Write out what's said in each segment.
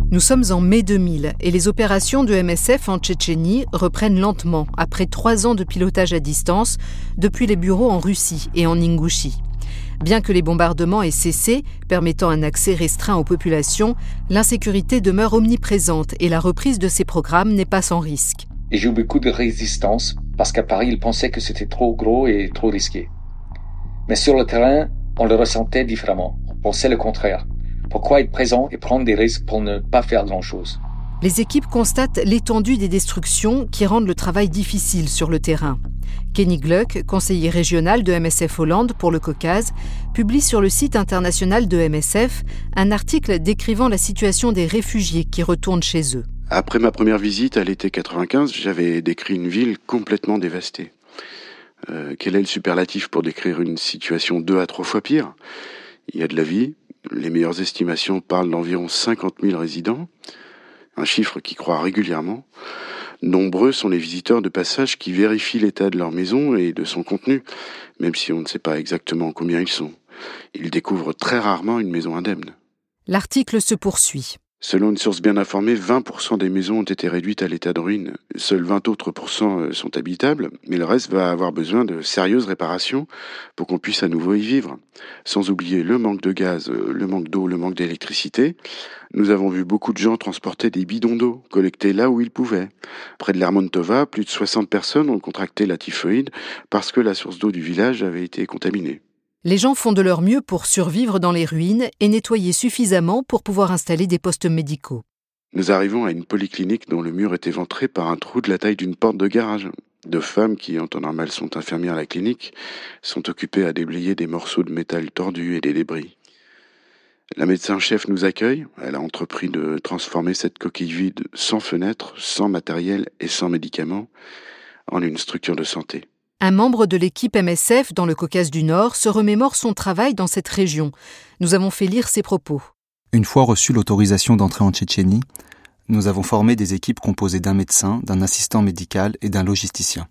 Nous sommes en mai 2000 et les opérations de MSF en Tchétchénie reprennent lentement après 3 ans de pilotage à distance depuis les bureaux en Russie et en Ingouchie. Bien que les bombardements aient cessé, permettant un accès restreint aux populations, l'insécurité demeure omniprésente et la reprise de ces programmes n'est pas sans risque. Et j'ai eu beaucoup de résistance parce qu'à Paris, ils pensaient que c'était trop gros et trop risqué. Mais sur le terrain, on le ressentait différemment. On pensait le contraire. Pourquoi être présent et prendre des risques pour ne pas faire grand-chose ? Les équipes constatent l'étendue des destructions qui rendent le travail difficile sur le terrain. Kenny Gluck, conseiller régional de MSF Hollande pour le Caucase, publie sur le site international de MSF un article décrivant la situation des réfugiés qui retournent chez eux. Après ma première visite à l'été 95, j'avais décrit une ville complètement dévastée. Quel est le superlatif pour décrire une situation 2 à 3 fois pire ? Il y a de la vie. Les meilleures estimations parlent d'environ 50 000 résidents, un chiffre qui croît régulièrement. Nombreux sont les visiteurs de passage qui vérifient l'état de leur maison et de son contenu, même si on ne sait pas exactement combien ils sont. Ils découvrent très rarement une maison indemne. L'article se poursuit. Selon une source bien informée, 20% des maisons ont été réduites à l'état de ruine. Seuls 20 autres % sont habitables, mais le reste va avoir besoin de sérieuses réparations pour qu'on puisse à nouveau y vivre. Sans oublier le manque de gaz, le manque d'eau, le manque d'électricité. Nous avons vu beaucoup de gens transporter des bidons d'eau, collectés là où ils pouvaient. Près de Lermontova, plus de 60 personnes ont contracté la typhoïde parce que la source d'eau du village avait été contaminée. Les gens font de leur mieux pour survivre dans les ruines et nettoyer suffisamment pour pouvoir installer des postes médicaux. Nous arrivons à une polyclinique dont le mur est éventré par un trou de la taille d'une porte de garage. 2 femmes qui, en temps normal, sont infirmières à la clinique, sont occupées à déblayer des morceaux de métal tordus et des débris. La médecin-chef nous accueille. Elle a entrepris de transformer cette coquille vide sans fenêtre, sans matériel et sans médicaments en une structure de santé. Un membre de l'équipe MSF dans le Caucase du Nord se remémore son travail dans cette région. Nous avons fait lire ses propos. Une fois reçue l'autorisation d'entrer en Tchétchénie, nous avons formé des équipes composées d'un médecin, d'un assistant médical et d'un logisticien.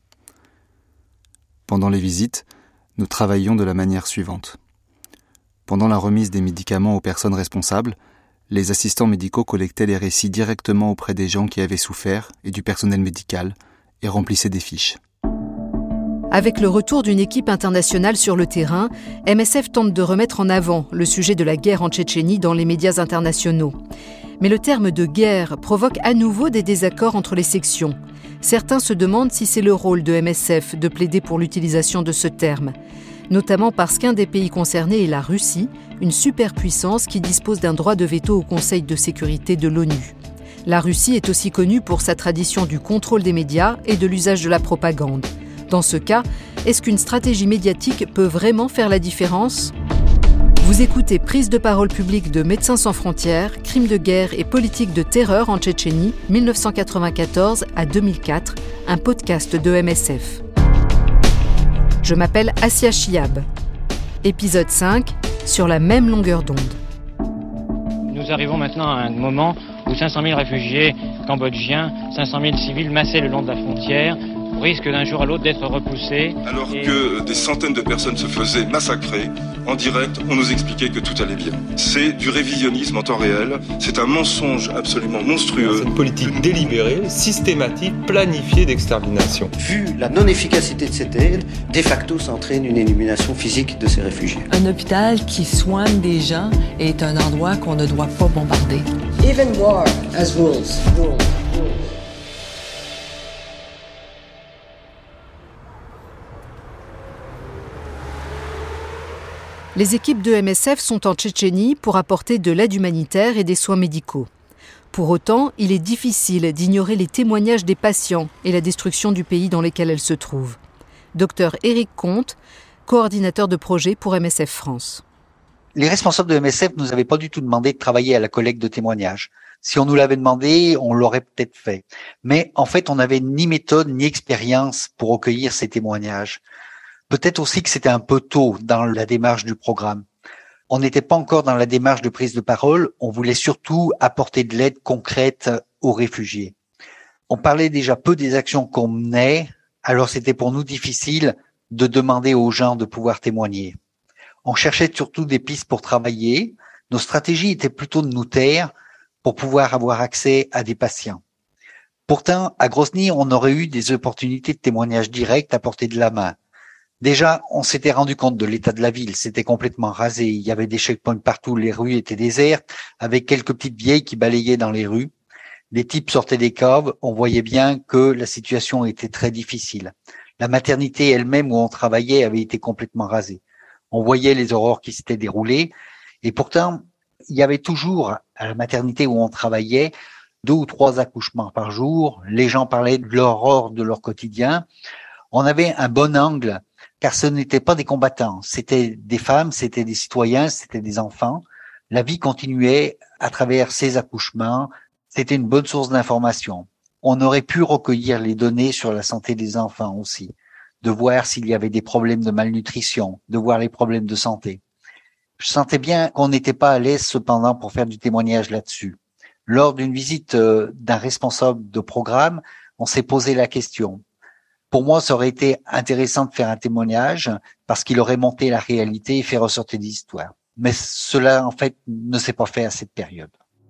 Pendant les visites, nous travaillions de la manière suivante. Pendant la remise des médicaments aux personnes responsables, les assistants médicaux collectaient les récits directement auprès des gens qui avaient souffert et du personnel médical et remplissaient des fiches. Avec le retour d'une équipe internationale sur le terrain, MSF tente de remettre en avant le sujet de la guerre en Tchétchénie dans les médias internationaux. Mais le terme de guerre provoque à nouveau des désaccords entre les sections. Certains se demandent si c'est le rôle de MSF de plaider pour l'utilisation de ce terme, notamment parce qu'un des pays concernés est la Russie, une superpuissance qui dispose d'un droit de veto au Conseil de sécurité de l'ONU. La Russie est aussi connue pour sa tradition du contrôle des médias et de l'usage de la propagande. Dans ce cas, est-ce qu'une stratégie médiatique peut vraiment faire la différence ? Vous écoutez Prise de parole publique de Médecins sans frontières, crimes de guerre et politique de terreur en Tchétchénie, 1994 à 2004, un podcast de MSF. Je m'appelle Assia Chiab. Épisode 5, sur la même longueur d'onde. Nous arrivons maintenant à un moment où 500 000 réfugiés cambodgiens, 500 000 civils massés le long de la frontière, risque d'un jour à l'autre d'être repoussés. Alors que des centaines de personnes se faisaient massacrer, en direct, on nous expliquait que tout allait bien. C'est du révisionnisme en temps réel, c'est un mensonge absolument monstrueux. C'est une politique délibérée, systématique, planifiée d'extermination. Vu la non-efficacité de cette aide, de facto, ça entraîne une élimination physique de ces réfugiés. Un hôpital qui soigne des gens est un endroit qu'on ne doit pas bombarder. Even war has rules. Les équipes de MSF sont en Tchétchénie pour apporter de l'aide humanitaire et des soins médicaux. Pour autant, il est difficile d'ignorer les témoignages des patients et la destruction du pays dans lequel elles se trouvent. Dr Éric Comte, coordinateur de projet pour MSF France. Les responsables de MSF ne nous avaient pas du tout demandé de travailler à la collecte de témoignages. Si on nous l'avait demandé, on l'aurait peut-être fait. Mais en fait, on n'avait ni méthode ni expérience pour recueillir ces témoignages. Peut-être aussi que c'était un peu tôt dans la démarche du programme. On n'était pas encore dans la démarche de prise de parole, on voulait surtout apporter de l'aide concrète aux réfugiés. On parlait déjà peu des actions qu'on menait, alors c'était pour nous difficile de demander aux gens de pouvoir témoigner. On cherchait surtout des pistes pour travailler, nos stratégies étaient plutôt de nous taire pour pouvoir avoir accès à des patients. Pourtant, à Grozny, on aurait eu des opportunités de témoignage direct à portée de la main. Déjà, on s'était rendu compte de l'état de la ville, c'était complètement rasé, il y avait des checkpoints partout, les rues étaient désertes, avec quelques petites vieilles qui balayaient dans les rues. Les types sortaient des caves, on voyait bien que la situation était très difficile. La maternité elle-même où on travaillait avait été complètement rasée. On voyait les horreurs qui s'étaient déroulées, et pourtant, il y avait toujours, à la maternité où on travaillait, 2 ou 3 accouchements par jour, les gens parlaient de l'horreur de leur quotidien. On avait un bon angle, car ce n'étaient pas des combattants, c'était des femmes, c'était des citoyens, c'était des enfants. La vie continuait à travers ces accouchements, c'était une bonne source d'information. On aurait pu recueillir les données sur la santé des enfants aussi, de voir s'il y avait des problèmes de malnutrition, de voir les problèmes de santé. Je sentais bien qu'on n'était pas à l'aise cependant pour faire du témoignage là-dessus. Lors d'une visite d'un responsable de programme, on s'est posé la question. Pour moi, ça aurait été intéressant de faire un témoignage parce qu'il aurait monté la réalité et fait ressortir des histoires. Mais cela, en fait, ne s'est pas fait à cette période.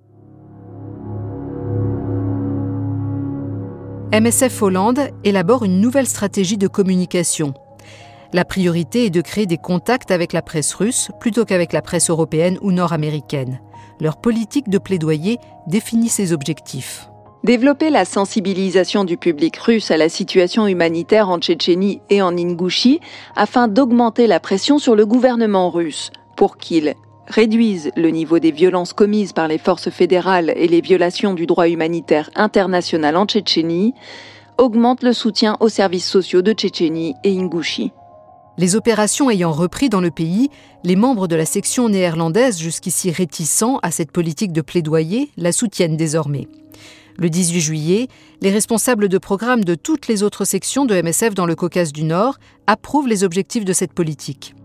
MSF Hollande élabore une nouvelle stratégie de communication. La priorité est de créer des contacts avec la presse russe plutôt qu'avec la presse européenne ou nord-américaine. Leur politique de plaidoyer définit ces objectifs. Développer la sensibilisation du public russe à la situation humanitaire en Tchétchénie et en Ingouchie afin d'augmenter la pression sur le gouvernement russe pour qu'il réduise le niveau des violences commises par les forces fédérales et les violations du droit humanitaire international en Tchétchénie, augmente le soutien aux services sociaux de Tchétchénie et Ingouchie. Les opérations ayant repris dans le pays, les membres de la section néerlandaise, jusqu'ici réticents à cette politique de plaidoyer, la soutiennent désormais. Le 18 juillet, les responsables de programme de toutes les autres sections de MSF dans le Caucase du Nord approuvent les objectifs de cette politique.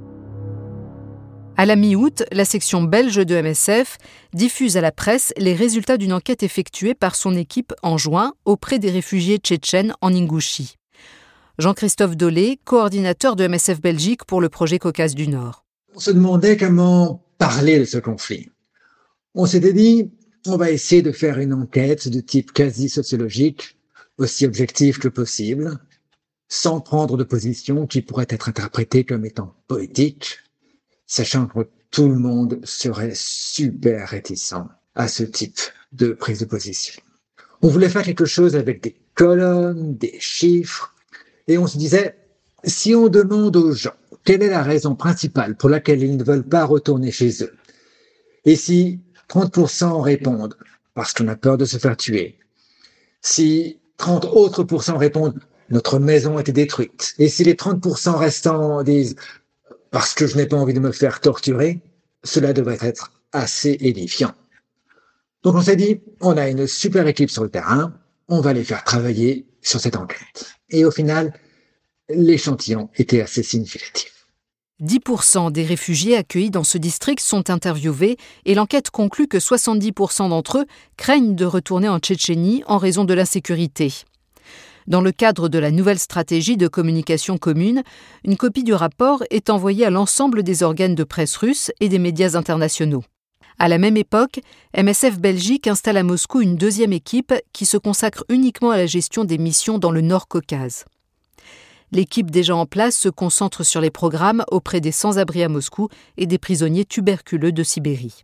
À la mi-août, la section belge de MSF diffuse à la presse les résultats d'une enquête effectuée par son équipe en juin auprès des réfugiés tchétchènes en Ingouchie. Jean-Christophe Dolé, coordinateur de MSF Belgique pour le projet Caucase du Nord. On se demandait comment parler de ce conflit. On s'était dit, on va essayer de faire une enquête de type quasi-sociologique, aussi objective que possible, sans prendre de position qui pourrait être interprétée comme étant politique, sachant que tout le monde serait super réticent à ce type de prise de position. On voulait faire quelque chose avec des colonnes, des chiffres, et on se disait, si on demande aux gens quelle est la raison principale pour laquelle ils ne veulent pas retourner chez eux, et si 30% répondent parce qu'on a peur de se faire tuer, si 30 autres % répondent notre maison a été détruite, et si les 30% restants disent parce que je n'ai pas envie de me faire torturer, cela devrait être assez édifiant. Donc on s'est dit, on a une super équipe sur le terrain, on va les faire travailler sur cette enquête. Et au final, l'échantillon était assez significatif. 10% des réfugiés accueillis dans ce district sont interviewés et l'enquête conclut que 70% d'entre eux craignent de retourner en Tchétchénie en raison de l'insécurité. Dans le cadre de la nouvelle stratégie de communication commune, une copie du rapport est envoyée à l'ensemble des organes de presse russes et des médias internationaux. À la même époque, MSF Belgique installe à Moscou une deuxième équipe qui se consacre uniquement à la gestion des missions dans le Nord-Caucase. L'équipe déjà en place se concentre sur les programmes auprès des sans-abri à Moscou et des prisonniers tuberculeux de Sibérie.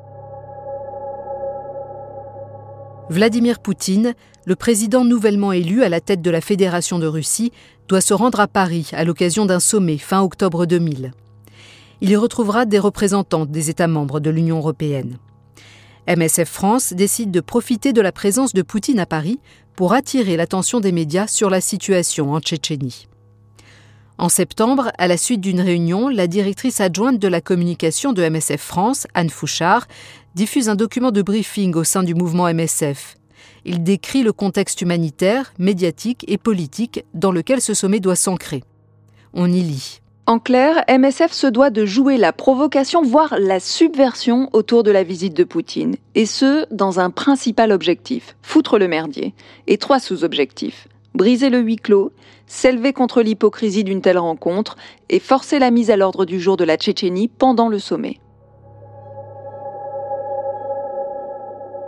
Vladimir Poutine, le président nouvellement élu à la tête de la Fédération de Russie, doit se rendre à Paris à l'occasion d'un sommet fin octobre 2000. Il y retrouvera des représentants des États membres de l'Union européenne. MSF France décide de profiter de la présence de Poutine à Paris pour attirer l'attention des médias sur la situation en Tchétchénie. En septembre, à la suite d'une réunion, la directrice adjointe de la communication de MSF France, Anne Fouchard, diffuse un document de briefing au sein du mouvement MSF. Il décrit le contexte humanitaire, médiatique et politique dans lequel ce sommet doit s'ancrer. On y lit. En clair, MSF se doit de jouer la provocation, voire la subversion autour de la visite de Poutine. Et ce, dans un principal objectif, foutre le merdier. Et 3 sous-objectifs. Briser le huis clos, s'élever contre l'hypocrisie d'une telle rencontre et forcer la mise à l'ordre du jour de la Tchétchénie pendant le sommet.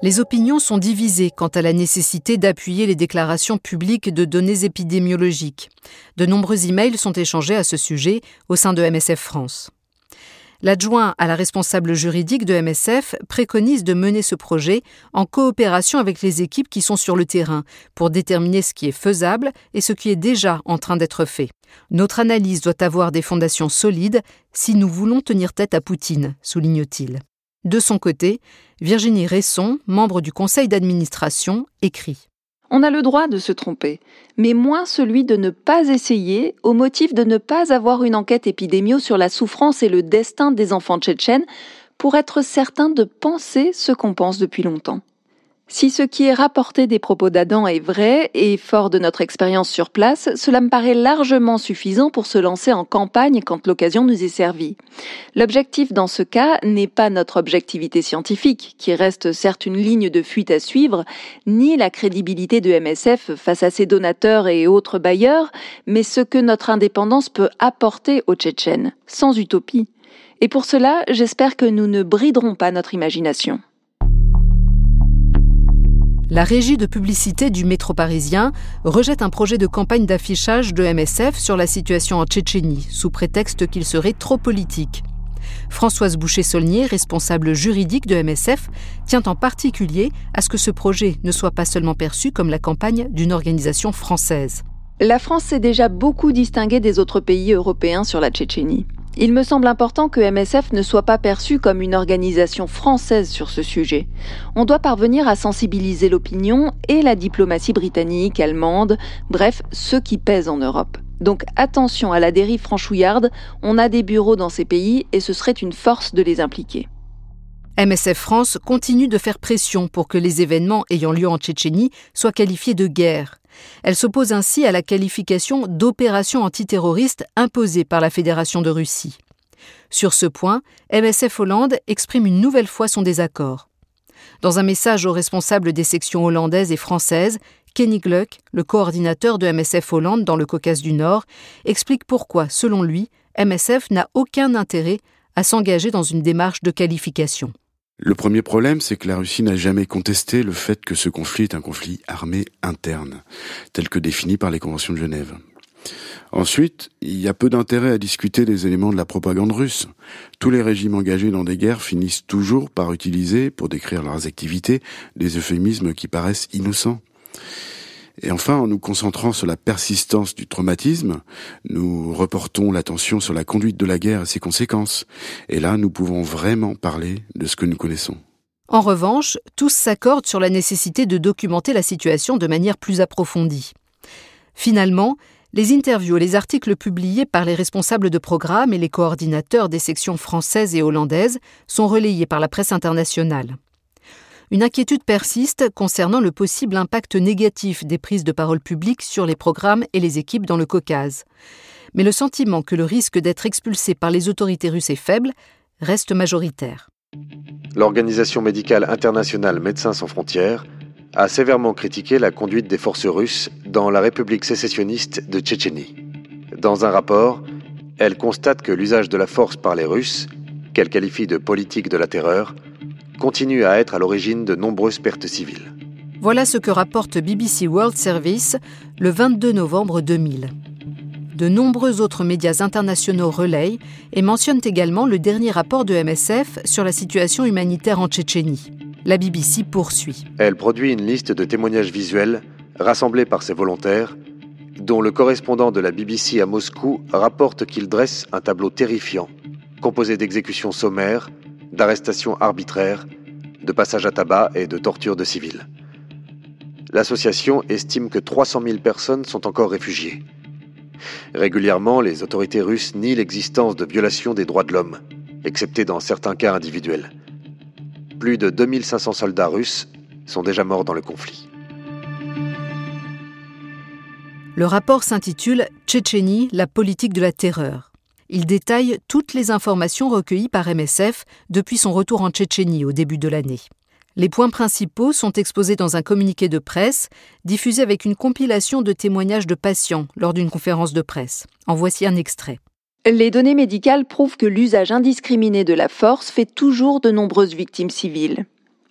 Les opinions sont divisées quant à la nécessité d'appuyer les déclarations publiques de données épidémiologiques. De nombreux emails sont échangés à ce sujet au sein de MSF France. L'adjoint à la responsable juridique de MSF préconise de mener ce projet en coopération avec les équipes qui sont sur le terrain pour déterminer ce qui est faisable et ce qui est déjà en train d'être fait. Notre analyse doit avoir des fondations solides si nous voulons tenir tête à Poutine, souligne-t-il. De son côté, Virginie Resson, membre du conseil d'administration, écrit « On a le droit de se tromper, mais moins celui de ne pas essayer au motif de ne pas avoir une enquête épidémio sur la souffrance et le destin des enfants tchétchènes pour être certain de penser ce qu'on pense depuis longtemps. Si ce qui est rapporté des propos d'Adam est vrai et fort de notre expérience sur place, cela me paraît largement suffisant pour se lancer en campagne quand l'occasion nous est servie. L'objectif dans ce cas n'est pas notre objectivité scientifique, qui reste certes une ligne de fuite à suivre, ni la crédibilité de MSF face à ses donateurs et autres bailleurs, mais ce que notre indépendance peut apporter aux Tchétchènes, sans utopie. Et pour cela, j'espère que nous ne briderons pas notre imagination. La régie de publicité du Métro parisien rejette un projet de campagne d'affichage de MSF sur la situation en Tchétchénie, sous prétexte qu'il serait trop politique. Françoise Boucher-Saulnier, responsable juridique de MSF, tient en particulier à ce que ce projet ne soit pas seulement perçu comme la campagne d'une organisation française. La France s'est déjà beaucoup distinguée des autres pays européens sur la Tchétchénie. Il me semble important que MSF ne soit pas perçu comme une organisation française sur ce sujet. On doit parvenir à sensibiliser l'opinion et la diplomatie britannique, allemande, bref, ceux qui pèsent en Europe. Donc attention à la dérive franchouillarde, on a des bureaux dans ces pays et ce serait une force de les impliquer. MSF France continue de faire pression pour que les événements ayant lieu en Tchétchénie soient qualifiés de guerre. Elle s'oppose ainsi à la qualification d'opération antiterroriste imposée par la Fédération de Russie. Sur ce point, MSF Hollande exprime une nouvelle fois son désaccord. Dans un message aux responsables des sections hollandaises et françaises, Kenny Gluck, le coordinateur de MSF Hollande dans le Caucase du Nord, explique pourquoi, selon lui, MSF n'a aucun intérêt à s'engager dans une démarche de qualification. Le premier problème, c'est que la Russie n'a jamais contesté le fait que ce conflit est un conflit armé interne, tel que défini par les conventions de Genève. Ensuite, il y a peu d'intérêt à discuter des éléments de la propagande russe. Tous les régimes engagés dans des guerres finissent toujours par utiliser, pour décrire leurs activités, des euphémismes qui paraissent innocents. Et enfin, en nous concentrant sur la persistance du traumatisme, nous reportons l'attention sur la conduite de la guerre et ses conséquences. Et là, nous pouvons vraiment parler de ce que nous connaissons. En revanche, tous s'accordent sur la nécessité de documenter la situation de manière plus approfondie. Finalement, les interviews et les articles publiés par les responsables de programme et les coordinateurs des sections françaises et hollandaises sont relayés par la presse internationale. Une inquiétude persiste concernant le possible impact négatif des prises de parole publiques sur les programmes et les équipes dans le Caucase. Mais le sentiment que le risque d'être expulsé par les autorités russes est faible reste majoritaire. L'Organisation médicale internationale Médecins sans frontières a sévèrement critiqué la conduite des forces russes dans la République sécessionniste de Tchétchénie. Dans un rapport, elle constate que l'usage de la force par les Russes, qu'elle qualifie de politique de la terreur, continue à être à l'origine de nombreuses pertes civiles. Voilà ce que rapporte BBC World Service le 22 novembre 2000. De nombreux autres médias internationaux relayent et mentionnent également le dernier rapport de MSF sur la situation humanitaire en Tchétchénie. La BBC poursuit. Elle produit une liste de témoignages visuels rassemblés par ses volontaires, dont le correspondant de la BBC à Moscou rapporte qu'il dresse un tableau terrifiant, composé d'exécutions sommaires, d'arrestations arbitraires, de passages à tabac et de tortures de civils. L'association estime que 300 000 personnes sont encore réfugiées. Régulièrement, les autorités russes nient l'existence de violations des droits de l'homme, excepté dans certains cas individuels. Plus de 2500 soldats russes sont déjà morts dans le conflit. Le rapport s'intitule « Tchétchénie, la politique de la terreur ». Il détaille toutes les informations recueillies par MSF depuis son retour en Tchétchénie au début de l'année. Les points principaux sont exposés dans un communiqué de presse, diffusé avec une compilation de témoignages de patients lors d'une conférence de presse. En voici un extrait. Les données médicales prouvent que l'usage indiscriminé de la force fait toujours de nombreuses victimes civiles.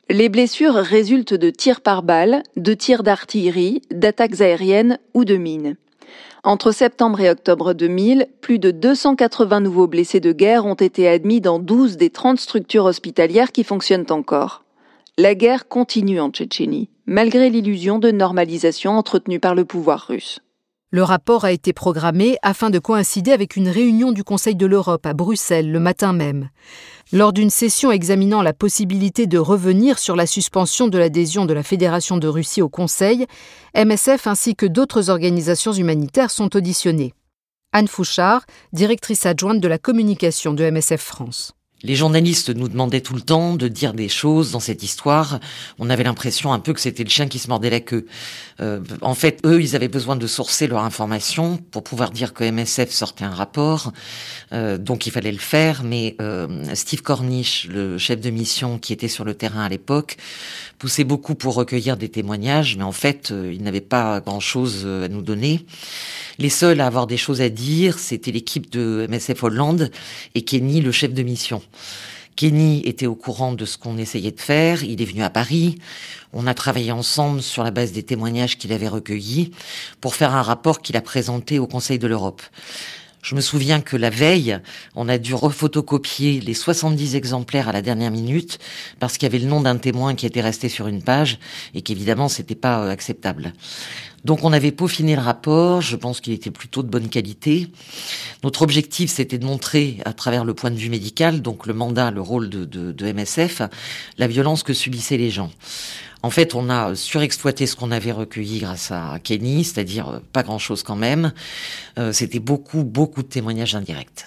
Les blessures résultent de tirs par balles, de tirs d'artillerie, d'attaques aériennes ou de mines. Entre septembre et octobre 2000, plus de 280 nouveaux blessés de guerre ont été admis dans 12 des 30 structures hospitalières qui fonctionnent encore. La guerre continue en Tchétchénie, malgré l'illusion de normalisation entretenue par le pouvoir russe. Le rapport a été programmé afin de coïncider avec une réunion du Conseil de l'Europe à Bruxelles le matin même. Lors d'une session examinant la possibilité de revenir sur la suspension de l'adhésion de la Fédération de Russie au Conseil, MSF ainsi que d'autres organisations humanitaires sont auditionnées. Anne Fouchard, directrice adjointe de la communication de MSF France. Les journalistes nous demandaient tout le temps de dire des choses dans cette histoire. On avait l'impression un peu que c'était le chien qui se mordait la queue. En fait, eux, ils avaient besoin de sourcer leur information pour pouvoir dire que MSF sortait un rapport. Donc il fallait le faire. Mais Steve Cornish, le chef de mission qui était sur le terrain à l'époque, poussait beaucoup pour recueillir des témoignages. Mais en fait, il n'avait pas grand-chose à nous donner. Les seuls à avoir des choses à dire, c'était l'équipe de MSF Hollande et Kenny, le chef de mission. Kenny était au courant de ce qu'on essayait de faire, il est venu à Paris, on a travaillé ensemble sur la base des témoignages qu'il avait recueillis pour faire un rapport qu'il a présenté au Conseil de l'Europe. Je me souviens que la veille, on a dû refotocopier les 70 exemplaires à la dernière minute parce qu'il y avait le nom d'un témoin qui était resté sur une page et qu'évidemment c'était pas acceptable. Donc on avait peaufiné le rapport, je pense qu'il était plutôt de bonne qualité. Notre objectif c'était de montrer à travers le point de vue médical, donc le mandat, le rôle de MSF, la violence que subissaient les gens. En fait, on a surexploité ce qu'on avait recueilli grâce à Kenny, c'est-à-dire pas grand-chose quand même. C'était beaucoup de témoignages indirects.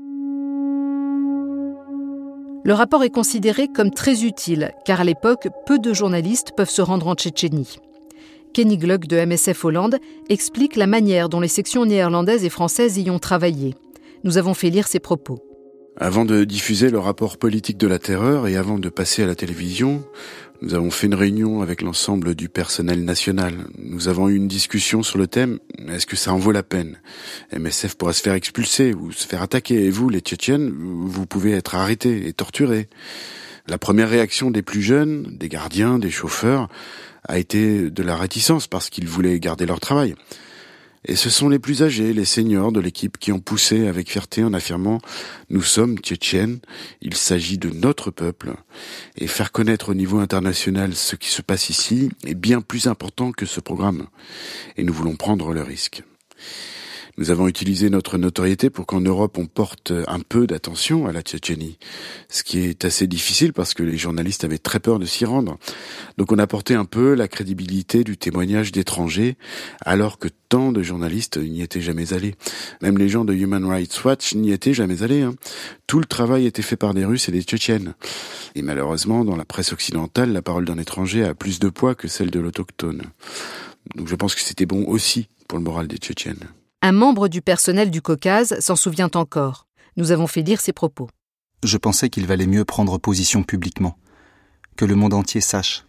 Le rapport est considéré comme très utile, car à l'époque, peu de journalistes peuvent se rendre en Tchétchénie. Kenny Gluck de MSF Hollande explique la manière dont les sections néerlandaises et françaises y ont travaillé. Nous avons fait lire ses propos. Avant de diffuser le rapport politique de la terreur et avant de passer à la télévision, nous avons fait une réunion avec l'ensemble du personnel national. Nous avons eu une discussion sur le thème « Est-ce que ça en vaut la peine ?» MSF pourra se faire expulser ou se faire attaquer et vous, les Tchétchènes, vous pouvez être arrêtés et torturés. La première réaction des plus jeunes, des gardiens, des chauffeurs, a été de la réticence parce qu'ils voulaient garder leur travail. Et ce sont les plus âgés, les seniors de l'équipe qui ont poussé avec fierté en affirmant « Nous sommes Tchétchènes, il s'agit de notre peuple ». Et faire connaître au niveau international ce qui se passe ici est bien plus important que ce programme. Et nous voulons prendre le risque. Nous avons utilisé notre notoriété pour qu'en Europe on porte un peu d'attention à la Tchétchénie, ce qui est assez difficile parce que les journalistes avaient très peur de s'y rendre. Donc on a porté un peu la crédibilité du témoignage d'étrangers, alors que tant de journalistes n'y étaient jamais allés. Même les gens de Human Rights Watch n'y étaient jamais allés. Tout le travail était fait par des Russes et des Tchétchènes. Et malheureusement, dans la presse occidentale, la parole d'un étranger a plus de poids que celle de l'autochtone. Donc je pense que c'était bon aussi pour le moral des Tchétchènes. Un membre du personnel du Caucase s'en souvient encore. Nous avons fait lire ses propos. Je pensais qu'il valait mieux prendre position publiquement, que le monde entier sache.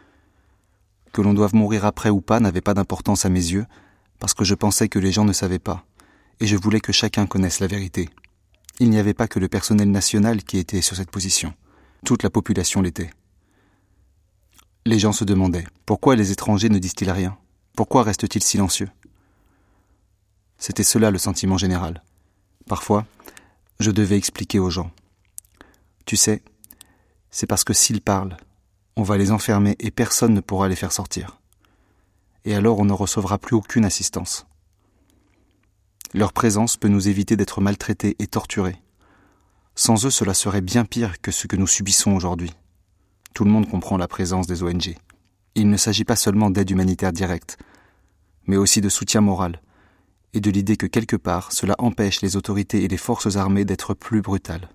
Que l'on doive mourir après ou pas n'avait pas d'importance à mes yeux, parce que je pensais que les gens ne savaient pas, et je voulais que chacun connaisse la vérité. Il n'y avait pas que le personnel national qui était sur cette position. Toute la population l'était. Les gens se demandaient, pourquoi les étrangers ne disent-ils rien ? Pourquoi restent-ils silencieux ? C'était cela le sentiment général. Parfois, je devais expliquer aux gens. Tu sais, c'est parce que s'ils parlent, on va les enfermer et personne ne pourra les faire sortir. Et alors on ne recevra plus aucune assistance. Leur présence peut nous éviter d'être maltraités et torturés. Sans eux, cela serait bien pire que ce que nous subissons aujourd'hui. Tout le monde comprend la présence des ONG. Il ne s'agit pas seulement d'aide humanitaire directe, mais aussi de soutien moral, et de l'idée que quelque part, cela empêche les autorités et les forces armées d'être plus brutales.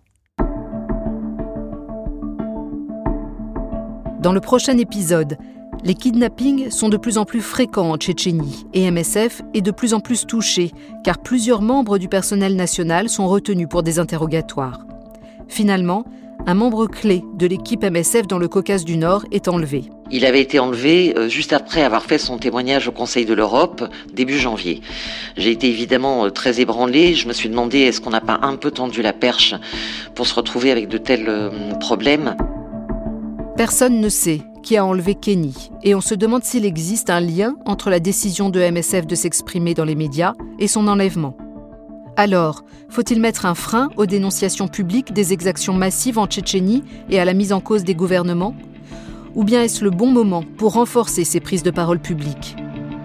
Dans le prochain épisode, les kidnappings sont de plus en plus fréquents en Tchétchénie et MSF est de plus en plus touché car plusieurs membres du personnel national sont retenus pour des interrogatoires. Finalement, un membre clé de l'équipe MSF dans le Caucase du Nord est enlevé. Il avait été enlevé juste après avoir fait son témoignage au Conseil de l'Europe, début janvier. J'ai été évidemment très ébranlé. Je me suis demandé est-ce qu'on n'a pas un peu tendu la perche pour se retrouver avec de tels problèmes. Personne ne sait qui a enlevé Kenny et on se demande s'il existe un lien entre la décision de MSF de s'exprimer dans les médias et son enlèvement. Alors, faut-il mettre un frein aux dénonciations publiques des exactions massives en Tchétchénie et à la mise en cause des gouvernements ? Ou bien est-ce le bon moment pour renforcer ces prises de parole publiques ?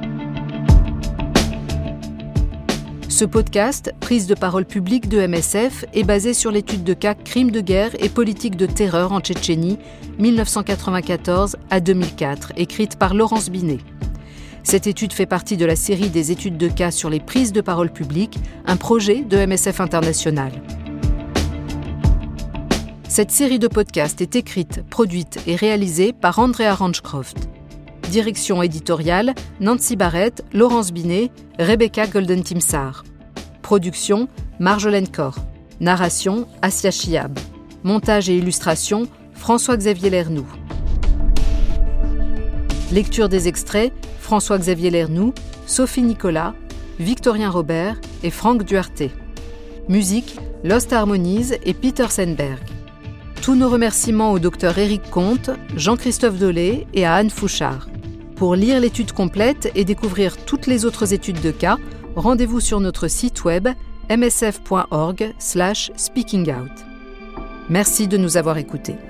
Ce podcast, Prise de parole publique de MSF, est basé sur l'étude de cas Crimes de guerre et politique de terreur en Tchétchénie, 1994 à 2004, écrite par Laurence Binet. Cette étude fait partie de la série des études de cas sur les prises de parole publiques, un projet de MSF International. Cette série de podcasts est écrite, produite et réalisée par Andrea Ranchcroft. Direction éditoriale, Nancy Barrett, Laurence Binet, Rebecca Golden-Timsar. Production, Marjolaine Corr. Narration, Assia Chiab. Montage et illustration, François-Xavier Lernoux. Lecture des extraits, François-Xavier Lernoux, Sophie Nicolas, Victorien Robert et Franck Duarte. Musique, Lost Harmonies et Peter Senberg. Tous nos remerciements au Dr Éric Comte, Jean-Christophe Dolé et à Anne Fouchard. Pour lire l'étude complète et découvrir toutes les autres études de cas, rendez-vous sur notre site web msf.org/speakingout. Merci de nous avoir écoutés.